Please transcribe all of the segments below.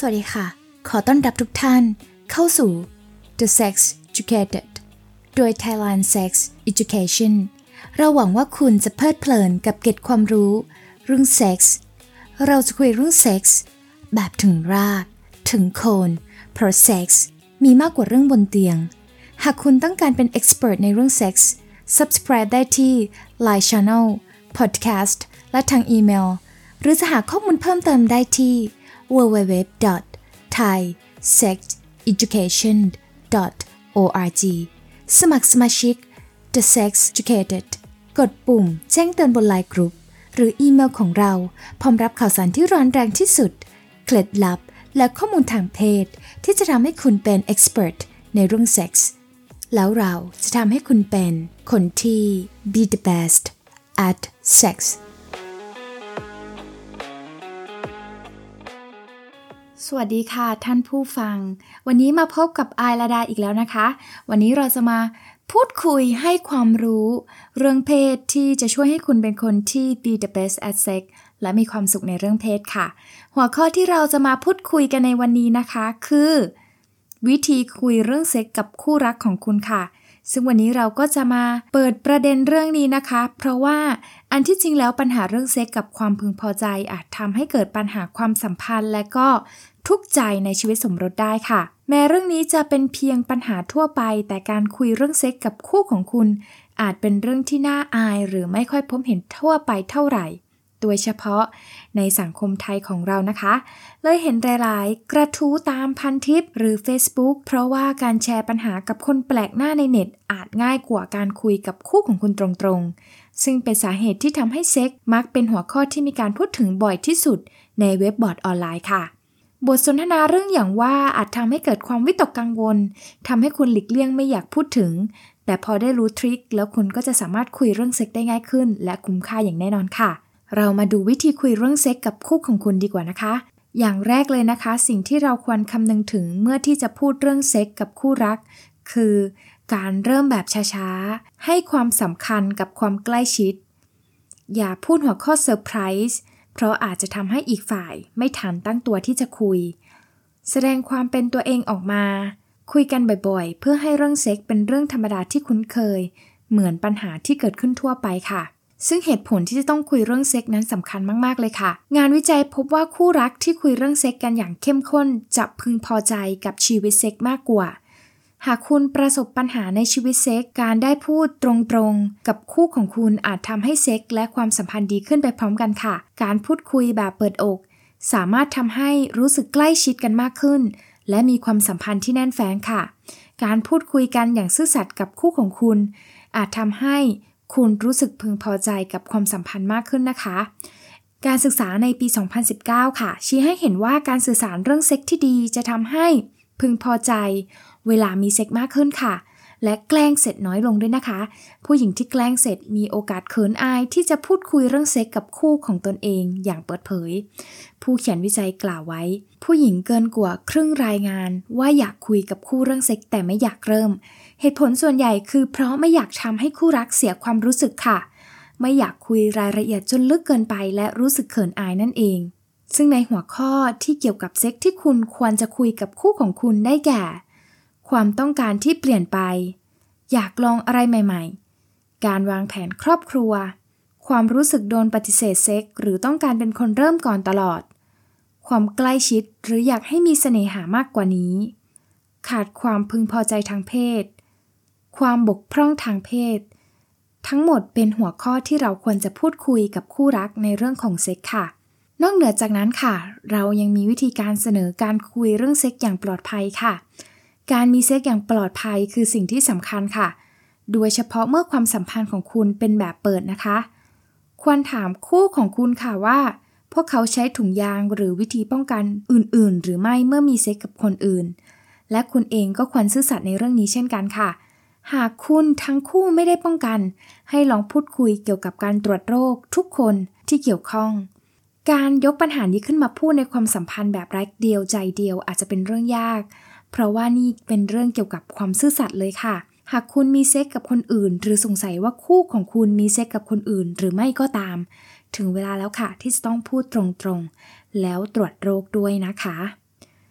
วัสดีค่ะขอต้อนรับทุกท่านเข้าสู่ The Sex Educated โดย Thailand Sex Education เราหวังว่าคุณจะเพลิดเพลินกับเกร็ดความรู้เรื่องเซ็กส์เราจะคุยเรื่องเซ็กส์แบบถึงรากถึงโคนเพราะเซ็กส์มีมากกว่าเรื่องบนเตียงหากคุณต้องการเป็น expert ในเรื่องเซ็กส์ subscribe ได้ที่ Line Channel Podcast และทางอีเมลหรือจะหาข้อมูลเพิ่มเติมได้ที่www.thaisexeducation.org สมัครสมาชิก The Sex Educated กดปุ่มแจ้งเตือนบนไลน์กรุ๊ปหรืออีเมลของเราพร้อมรับข่าวสารที่ร้อนแรงที่สุดเคล็ดลับและข้อมูลทางเพศที่จะทำให้คุณเป็น expert ในเรื่องเซ็กส์แล้วเราจะทำให้คุณเป็นคนที่ be the best at sexสวัสดีค่ะท่านผู้ฟังวันนี้มาพบกับอายลดาอีกแล้วนะคะวันนี้เราจะมาพูดคุยให้ความรู้เรื่องเพศที่จะช่วยให้คุณเป็นคนที่ be the best at sex และมีความสุขในเรื่องเพศค่ะหัวข้อที่เราจะมาพูดคุยกันในวันนี้นะคะคือวิธีคุยเรื่องเซ็กกับคู่รักของคุณค่ะซึ่งวันนี้เราก็จะมาเปิดประเด็นเรื่องนี้นะคะเพราะว่าอันที่จริงแล้วปัญหาเรื่องเซ็กกับความพึงพอใจอาจทำให้เกิดปัญหาความสัมพันธ์และก็ทุกข์ใจในชีวิตสมรสได้ค่ะแม้เรื่องนี้จะเป็นเพียงปัญหาทั่วไปแต่การคุยเรื่องเซ็กกับคู่ของคุณอาจเป็นเรื่องที่น่าอายหรือไม่ค่อยพบเห็นทั่วไปเท่าไหร่โดยเฉพาะในสังคมไทยของเรานะคะเลยเห็นหลายๆกระทู้ตามพันทิปหรือ Facebook เพราะว่าการแชร์ปัญหากับคนแปลกหน้าในเน็ตอาจง่ายกว่าการคุยกับคู่ของคุณตรงๆซึ่งเป็นสาเหตุที่ทำให้เซ็กมักเป็นหัวข้อที่มีการพูดถึงบ่อยที่สุดในเว็บบอร์ดออนไลน์ค่ะบทสนทนาเรื่องอย่างว่าอาจทำให้เกิดความวิตกกังวลทำให้คุณหลีกเลี่ยงไม่อยากพูดถึงแต่พอได้รู้ทริคแล้วคุณก็จะสามารถคุยเรื่องเซ็กได้ง่ายขึ้นและคุ้มค่าอย่างแน่นอนค่ะเรามาดูวิธีคุยเรื่องเซ็กกับคู่ของคุณดีกว่านะคะอย่างแรกเลยนะคะสิ่งที่เราควรคำนึงถึงเมื่อที่จะพูดเรื่องเซ็กกับคู่รักคือการเริ่มแบบช้าๆให้ความสำคัญกับความใกล้ชิดอย่าพูดหัวข้อเซอร์ไพรส์เพราะอาจจะทำให้อีกฝ่ายไม่ทันตั้งตัวที่จะคุยแสดงความเป็นตัวเองออกมาคุยกันบ่อยๆเพื่อให้เรื่องเซ็กเป็นเรื่องธรรมดาที่คุ้นเคยเหมือนปัญหาที่เกิดขึ้นทั่วไปค่ะซึ่งเหตุผลที่จะต้องคุยเรื่องเซ็กนั้นสำคัญมากๆเลยค่ะงานวิจัยพบว่าคู่รักที่คุยเรื่องเซ็กกันอย่างเข้มข้นจะพึงพอใจกับชีวิตเซ็กมากกว่าหากคุณประสบปัญหาในชีวิตเซ็กการได้พูดตรงๆกับคู่ของคุณอาจทำให้เซ็กและความสัมพันธ์ดีขึ้นไปพร้อมกันค่ะการพูดคุยแบบเปิดอกสามารถทำให้รู้สึกใกล้ชิดกันมากขึ้นและมีความสัมพันธ์ที่แน่นแฟ้งค่ะการพูดคุยกันอย่างซื่อสัตย์กับคู่ของคุณอาจทำให้คุณรู้สึกพึงพอใจกับความสัมพันธ์มากขึ้นนะคะการศึกษาในปี 2019 ค่ะชี้ให้เห็นว่าการสื่อสารเรื่องเซ็กที่ดีจะทำให้พึงพอใจเวลามีเซ็กมากขึ้นค่ะและแกล้งเสร็จน้อยลงด้วยนะคะผู้หญิงที่แกล้งเสร็จมีโอกาสเขินอายที่จะพูดคุยเรื่องเซ็กกับคู่ของตนเองอย่างเปิดเผยผู้เขียนวิจัยกล่าวไว้ผู้หญิงเกินกว่าครึ่งรายงานว่าอยากคุยกับคู่เรื่องเซ็กแต่ไม่อยากเริ่มเหตุผลส่วนใหญ่คือเพราะไม่อยากทำให้คู่รักเสียความรู้สึกค่ะไม่อยากคุยรายละเอียดจนลึกเกินไปและรู้สึกเขินอายนั่นเองซึ่งในหัวข้อที่เกี่ยวกับเซ็กที่คุณควรจะคุยกับคู่ของคุณได้แก่ความต้องการที่เปลี่ยนไปอยากลองอะไรใหม่ๆการวางแผนครอบครัวความรู้สึกโดนปฏิเสธเซ็กหรือต้องการเป็นคนเริ่มก่อนตลอดความใกล้ชิดหรืออยากให้มีเสน่หามากกว่านี้ขาดความพึงพอใจทางเพศความบกพร่องทางเพศทั้งหมดเป็นหัวข้อที่เราควรจะพูดคุยกับคู่รักในเรื่องของเซ็กค่ะนอกเหนือจากนั้นค่ะเรายังมีวิธีการเสนอการคุยเรื่องเซ็กอย่างปลอดภัยค่ะการมีเซ็กอย่างปลอดภัยคือสิ่งที่สำคัญค่ะโดยเฉพาะเมื่อความสัมพันธ์ของคุณเป็นแบบเปิดนะคะควรถามคู่ของคุณค่ะว่าพวกเขาใช้ถุงยางหรือวิธีป้องกันอื่นๆหรือไม่เมื่อมีเซ็กกับคนอื่นและคุณเองก็ควรซื่อสัตย์ในเรื่องนี้เช่นกันค่ะหากคุณทั้งคู่ไม่ได้ป้องกันให้ลองพูดคุยเกี่ยวกับการตรวจโรคทุกคนที่เกี่ยวข้องการยกปัญหานี้ขึ้นมาพูดในความสัมพันธ์แบบรักเดียวใจเดียวอาจจะเป็นเรื่องยากเพราะว่านี่เป็นเรื่องเกี่ยวกับความซื่อสัตย์เลยค่ะหากคุณมีเซ็กกับคนอื่นหรือสงสัยว่าคู่ของคุณมีเซ็กกับคนอื่นหรือไม่ก็ตามถึงเวลาแล้วค่ะที่จะต้องพูดตรงๆแล้วตรวจโรคด้วยนะคะ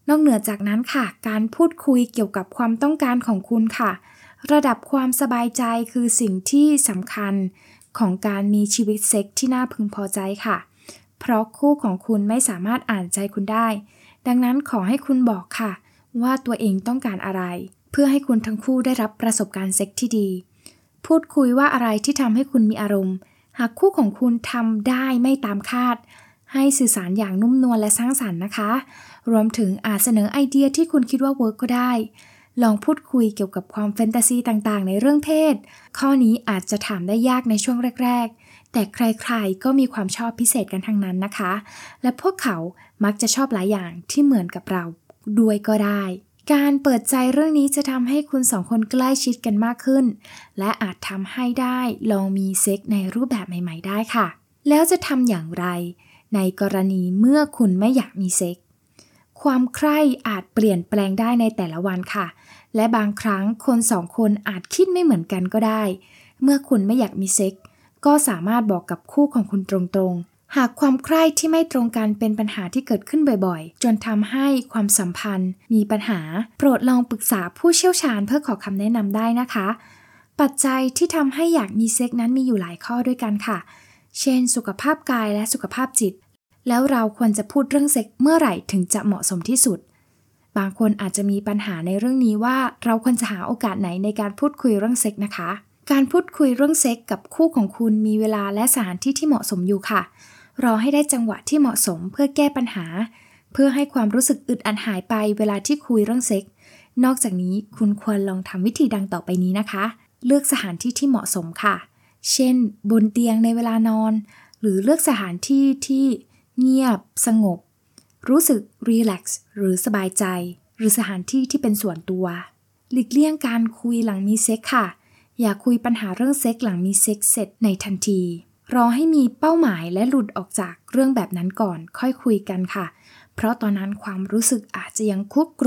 นอกเหนือจากนั้นค่ะการพูดคุยเกี่ยวกับความต้องการของคุณค่ะระดับความสบายใจคือสิ่งที่สำคัญของการมีชีวิตเซ็กที่น่าพึงพอใจค่ะเพราะคู่ของคุณไม่สามารถอ่านใจคุณได้ดังนั้นขอให้คุณบอกค่ะว่าตัวเองต้องการอะไรเพื่อให้คุณทั้งคู่ได้รับประสบการณ์เซ็กที่ดีพูดคุยว่าอะไรที่ทำให้คุณมีอารมณ์หากคู่ของคุณทำได้ไม่ตามคาดให้สื่อสารอย่างนุ่มนวลและสร้างสรรค์นะคะรวมถึงอาจเสนอไอเดียที่คุณคิดว่าเวิร์กก็ได้ลองพูดคุยเกี่ยวกับความแฟนตาซีต่างๆในเรื่องเพศข้อนี้อาจจะถามได้ยากในช่วงแรกๆแต่ใครๆก็มีความชอบพิเศษกันทั้งนั้นนะคะและพวกเขามักจะชอบหลายอย่างที่เหมือนกับเราด้วยก็ได้การเปิดใจเรื่องนี้จะทำให้คุณสองคนใกล้ชิดกันมากขึ้นและอาจทำให้ได้ลองมีเซ็กในรูปแบบใหม่ๆได้ค่ะแล้วจะทำอย่างไรในกรณีเมื่อคุณไม่อยากมีเซ็กความใคร่อาจเปลี่ยนแปลงได้ในแต่ละวันค่ะและบางครั้งคนสองคนอาจคิดไม่เหมือนกันก็ได้เมื่อคุณไม่อยากมีเซ็กก็สามารถบอกกับคู่ของคุณตรงๆหากความใคร่ที่ไม่ตรงกันเป็นปัญหาที่เกิดขึ้นบ่อยๆจนทำให้ความสัมพันธ์มีปัญหาโปรดลองปรึกษาผู้เชี่ยวชาญเพื่อขอคำแนะนำได้นะคะปัจจัยที่ทำให้อยากมีเซ็กนั้นมีอยู่หลายข้อด้วยกันค่ะเช่นสุขภาพกายและสุขภาพจิตแล้วเราควรจะพูดเรื่องเซ็กเมื่อไหร่ถึงจะเหมาะสมที่สุดบางคนอาจจะมีปัญหาในเรื่องนี้ว่าเราควรจะหาโอกาสไหนในการพูดคุยเรื่องเซ็กนะคะการพูดคุยเรื่องเซ็กกับคู่ของคุณมีเวลาและสถานที่ที่เหมาะสมอยู่ค่ะรอให้ได้จังหวะที่เหมาะสมเพื่อแก้ปัญหาเพื่อให้ความรู้สึกอึดอัดหายไปเวลาที่คุยเรื่องเซ็กนอกจากนี้คุณควรลองทำวิธีดังต่อไปนี้นะคะเลือกสถานที่ที่เหมาะสมค่ะเช่นบนเตียงในเวลานอนหรือเลือกสถานที่ที่เงียบสงบรู้สึกรีแลกซ์หรือสบายใจหรือสถานที่ที่เป็นส่วนตัวหลีกเลี่ยงการคุยหลังมีเซ็กค่ะอย่าคุยปัญหาเรื่องเซ็กหลังมีเซ็กเสร็จในทันทีรอให้มีเป้าหมายและหลุดออกจากเรื่องแบบนั้นก่อนค่อยคุยกันค่ะเพราะตอนนั้นความรู้สึกอาจจะยังคุก